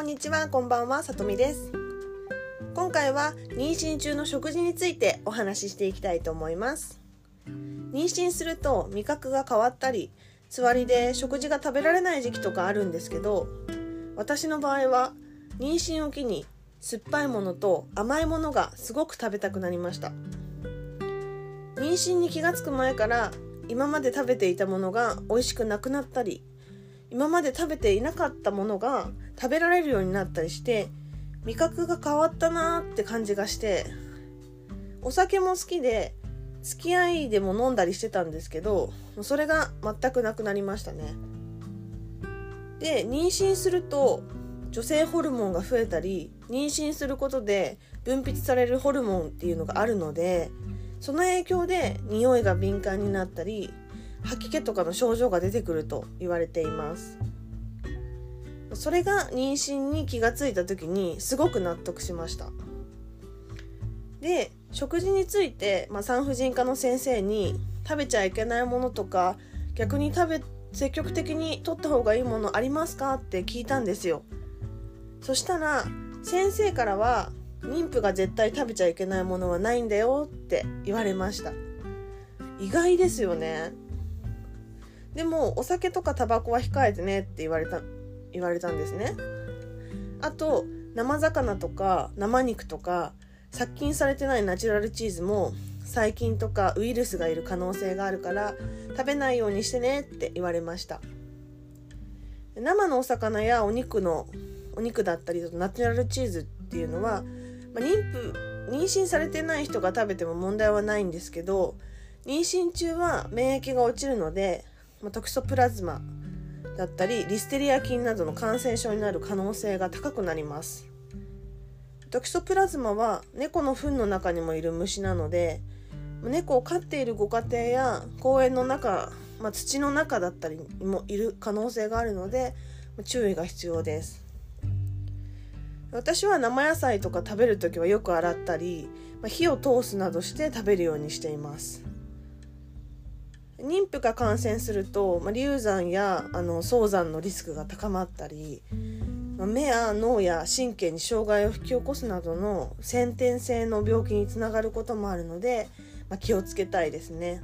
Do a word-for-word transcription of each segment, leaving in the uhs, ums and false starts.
こんにちは、こんばんは、さとみです。今回は妊娠中の食事についてお話ししていきたいと思います。妊娠すると味覚が変わったり、つわりで食事が食べられない時期とかあるんですけど、私の場合は妊娠を機に酸っぱいものと甘いものがすごく食べたくなりました。妊娠に気がつく前から今まで食べていたものが美味しくなくなったり、今まで食べていなかったものが食べられるようになったりして、味覚が変わったなーって感じがして、お酒も好きで付き合いでも飲んだりしてたんですけど、それが全くなくなりましたね。で、妊娠すると女性ホルモンが増えたり、妊娠することで分泌されるホルモンっていうのがあるので、その影響で匂いが敏感になったり、吐き気とかの症状が出てくると言われています。それが妊娠に気がついた時にすごく納得しました。で、食事について、まあ、産婦人科の先生に食べちゃいけないものとか、逆に食べ積極的に取った方がいいものありますかって聞いたんですよ。そしたら先生からは、妊婦が絶対食べちゃいけないものはないんだよって言われました。意外ですよね。でもお酒とかタバコは控えてねって言われた言われたんですね。あと生魚とか生肉とか殺菌されてないナチュラルチーズも細菌とかウイルスがいる可能性があるから食べないようにしてねって言われました。生のお魚やお肉のお肉だったりナチュラルチーズっていうのは、まあ、妊婦妊娠されてない人が食べても問題はないんですけど、妊娠中は免疫が落ちるので、まあ、トキソプラズマだったりリステリア菌などの感染症になる可能性が高くなります。トキソプラズマは猫の糞の中にもいる虫なので、猫を飼っているご家庭や公園の中、まあ、土の中だったりにもいる可能性があるので注意が必要です。私は生野菜とか食べるときはよく洗ったり、まあ、火を通すなどして食べるようにしています。妊婦が感染すると、まあ、流産やあの早産のリスクが高まったり、まあ、目や脳や神経に障害を引き起こすなどの先天性の病気につながることもあるので、まあ、気をつけたいですね。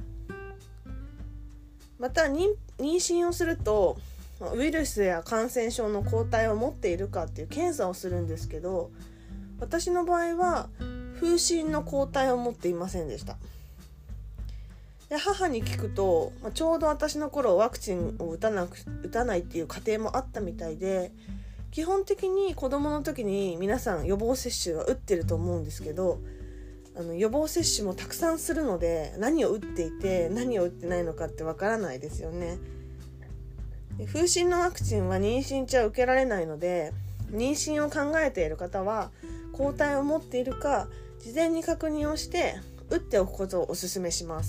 また 妊, 妊娠をするとウイルスや感染症の抗体を持っているかっていう検査をするんですけど、私の場合は風疹の抗体を持っていませんでした。で、母に聞くと、まあ、ちょうど私の頃ワクチンを打たなく、打たないっていう家庭もあったみたいで、基本的に子供の時に皆さん予防接種は打ってると思うんですけど、あの予防接種もたくさんするので、何を打っていて何を打ってないのかってわからないですよね。で、風疹のワクチンは妊娠中は受けられないので、妊娠を考えている方は抗体を持っているか事前に確認をして打っておくことをお勧めします。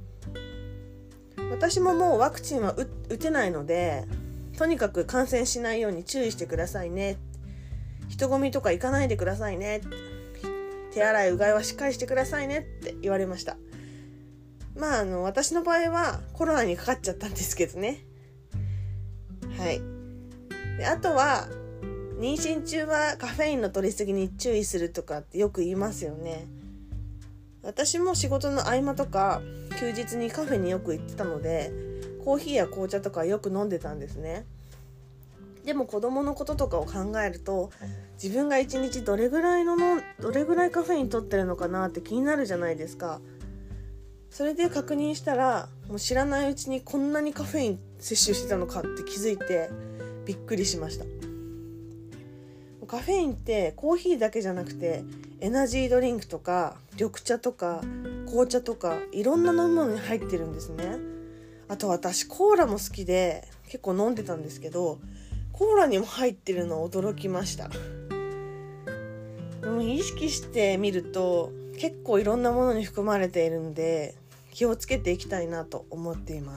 私ももうワクチンは 打, 打てないので、とにかく感染しないように注意してくださいね、人混みとか行かないでくださいね、手洗いうがいはしっかりしてくださいねって言われました。まあ、あの私の場合はコロナにかかっちゃったんですけどね。はい。で、あとは妊娠中はカフェインの摂りすぎに注意するとかってよく言いますよね。私も仕事の合間とか休日にカフェによく行ってたので、コーヒーや紅茶とかよく飲んでたんですね。でも子供のこととかを考えると、自分が一日どれぐらいのどれぐらいカフェイン取ってるのかなって気になるじゃないですか。それで確認したら、もう知らないうちにこんなにカフェイン摂取してたのかって気づいてびっくりしました。カフェインってコーヒーだけじゃなくて、エナジードリンクとか緑茶とか紅茶とかいろんな飲み物に入ってるんですね。あと私コーラも好きで結構飲んでたんですけど、コーラにも入ってるの驚きました。でも意識してみると結構いろんなものに含まれているので、気をつけていきたいなと思っています。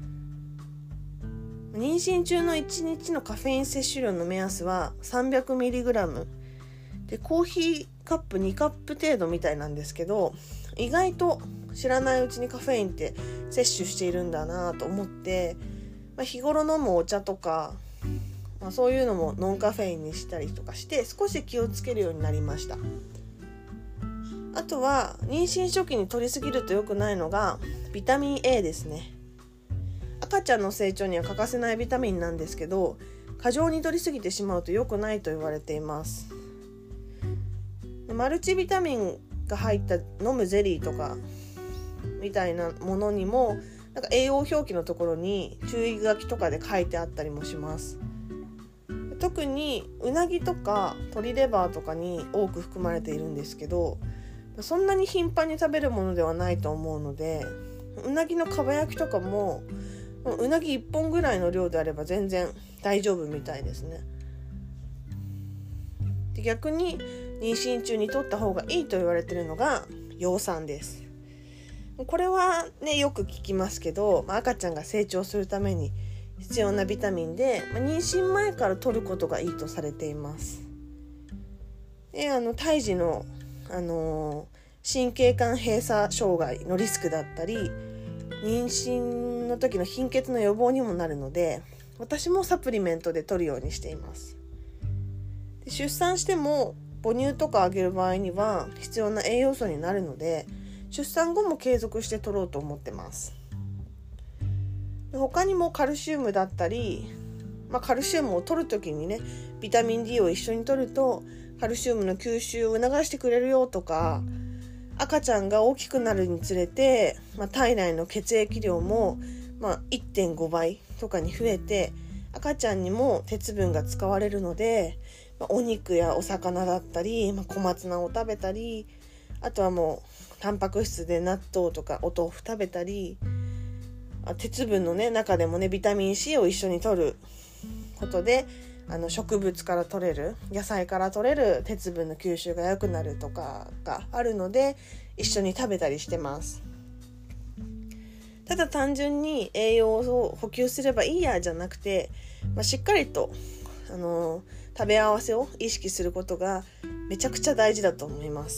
妊娠中のいちにちのカフェイン摂取量の目安は さんびゃくミリグラム で、コーヒーカップにカップ程度みたいなんですけど、意外と知らないうちにカフェインって摂取しているんだなと思って、まあ、日頃飲むお茶とかまあ、そういうのもノンカフェインにしたりとかして少し気をつけるようになりました。あとは妊娠初期に摂りすぎると良くないのがビタミン エー ですね。赤ちゃんの成長には欠かせないビタミンなんですけど、過剰に摂りすぎてしまうと良くないと言われています。マルチビタミンが入った飲むゼリーとかみたいなものにもなんか栄養表記のところに注意書きとかで書いてあったりもします。特にうなぎとか鶏レバーとかに多く含まれているんですけど、そんなに頻繁に食べるものではないと思うので、うなぎのかば焼きとかもうなぎいっぽんぐらいの量であれば全然大丈夫みたいですね。で、逆に妊娠中に摂った方がいいと言われているのが葉酸です。これはねよく聞きますけど、赤ちゃんが成長するために必要なビタミンで、妊娠前から摂ることがいいとされています。で、あの胎児の、あのー、神経管閉鎖障害のリスクだったり妊娠の時の貧血の予防にもなるので、私もサプリメントで摂るようにしています。で、出産しても母乳とかあげる場合には必要な栄養素になるので、出産後も継続して摂ろうと思ってます。で、他にもカルシウムだったり、まあ、カルシウムを摂る時にねビタミン ディー を一緒に摂るとカルシウムの吸収を促してくれるよとか、赤ちゃんが大きくなるにつれて、まあ、体内の血液量も、まあ、いってんごばいとかに増えて赤ちゃんにも鉄分が使われるので、まあ、お肉やお魚だったり、まあ、小松菜を食べたり、あとはもうタンパク質で納豆とかお豆腐食べたり、あ鉄分の、ね、中でもねビタミン シー を一緒に摂ることであの植物から取れる野菜から取れる鉄分の吸収が良くなるとかがあるので一緒に食べたりしてます。ただ単純に栄養を補給すればいいやじゃなくて、まあ、しっかりと、あのー、食べ合わせを意識することがめちゃくちゃ大事だと思います。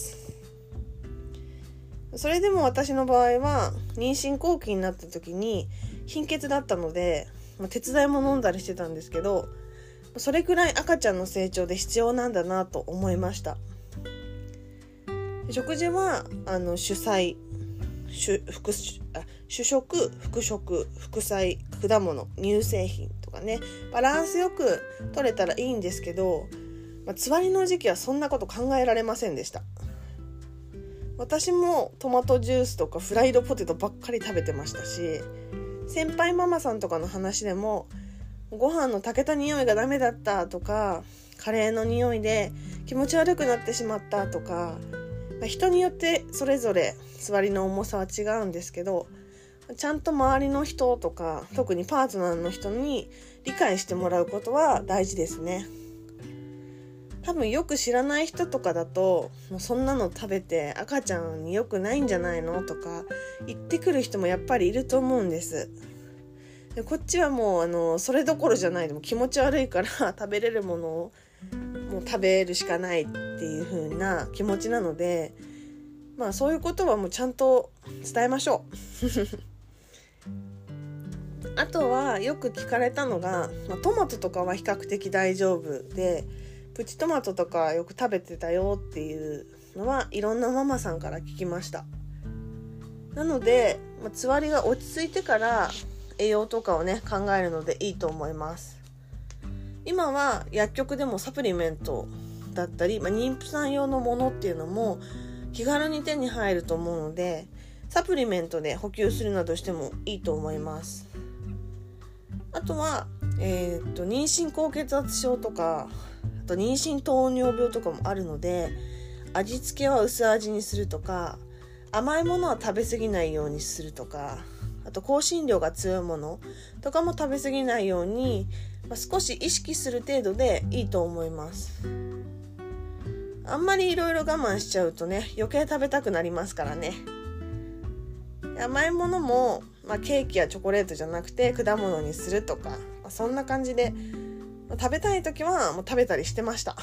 それでも私の場合は妊娠後期になった時に貧血だったので、まあ、鉄剤も飲んだりしてたんですけど、それくらい赤ちゃんの成長で必要なんだなと思いました。食事はあの主菜、主, 副あ主食、副食、副菜、果物、乳製品とかねバランスよく取れたらいいんですけど、まあ、つわりの時期はそんなこと考えられませんでした。私もトマトジュースとかフライドポテトばっかり食べてましたし、先輩ママさんとかの話でもご飯の炊けた匂いがダメだったとか、カレーの匂いで気持ち悪くなってしまったとか、まあ、人によってそれぞれ座りの重さは違うんですけど、ちゃんと周りの人とか特にパートナーの人に理解してもらうことは大事ですね。多分よく知らない人とかだと、もうそんなの食べて赤ちゃんに良くないんじゃないのとか言ってくる人もやっぱりいると思うんです。でこっちはもうあのそれどころじゃない、でも気持ち悪いから食べれるものをもう食べるしかないっていう風な気持ちなので、まあそういうことはもうちゃんと伝えましょうあとはよく聞かれたのが、まあ、トマトとかは比較的大丈夫で、プチトマトとかよく食べてたよっていうのはいろんなママさんから聞きました。なので、まあ、つわりが落ち着いてから栄養とかをね考えるのでいいと思います。今は薬局でもサプリメントだったり、まあ、妊婦さん用のものっていうのも気軽に手に入ると思うので、サプリメントで補給するなどしてもいいと思います。あとは、えー、っと妊娠高血圧症とか、あと妊娠糖尿病とかもあるので、味付けは薄味にするとか、甘いものは食べ過ぎないようにするとか、あと香辛料が強いものとかも食べ過ぎないように、まあ、少し意識する程度でいいと思います。あんまりいろいろ我慢しちゃうとね余計食べたくなりますからね。甘いものも、まあ、ケーキやチョコレートじゃなくて果物にするとか、まあ、そんな感じで、まあ、食べたい時はもう食べたりしてました。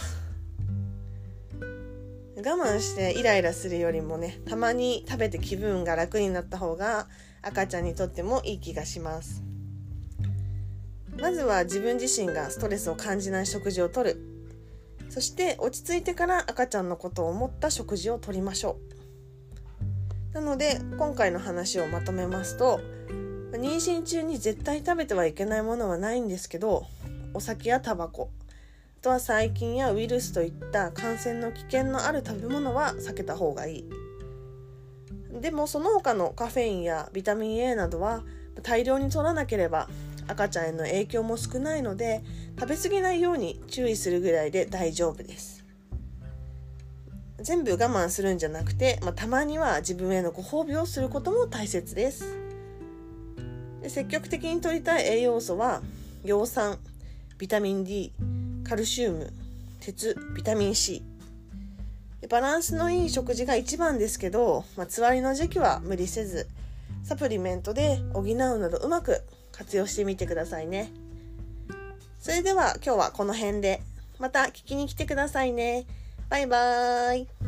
我慢してイライラするよりもね、たまに食べて気分が楽になった方が赤ちゃんにとってもいい気がします。 まずは自分自身がストレスを感じない食事をとる。そして落ち着いてから赤ちゃんのことを思った食事をとりましょう。なので今回の話をまとめますと、妊娠中に絶対食べてはいけないものはないんですけど、お酒やタバコ、あとは細菌やウイルスといった感染の危険のある食べ物は避けた方がいい。でもその他のカフェインやビタミン A などは大量に摂らなければ赤ちゃんへの影響も少ないので、食べ過ぎないように注意するぐらいで大丈夫です。全部我慢するんじゃなくて、まあ、たまには自分へのご褒美をすることも大切です。で、積極的に摂りたい栄養素は葉酸、ビタミン D、カルシウム、鉄、ビタミン C。バランスのいい食事が一番ですけど、まあ、つわりの時期は無理せずサプリメントで補うなどうまく活用してみてくださいね。それでは今日はこの辺で、また聞きに来てくださいね。バイバーイ。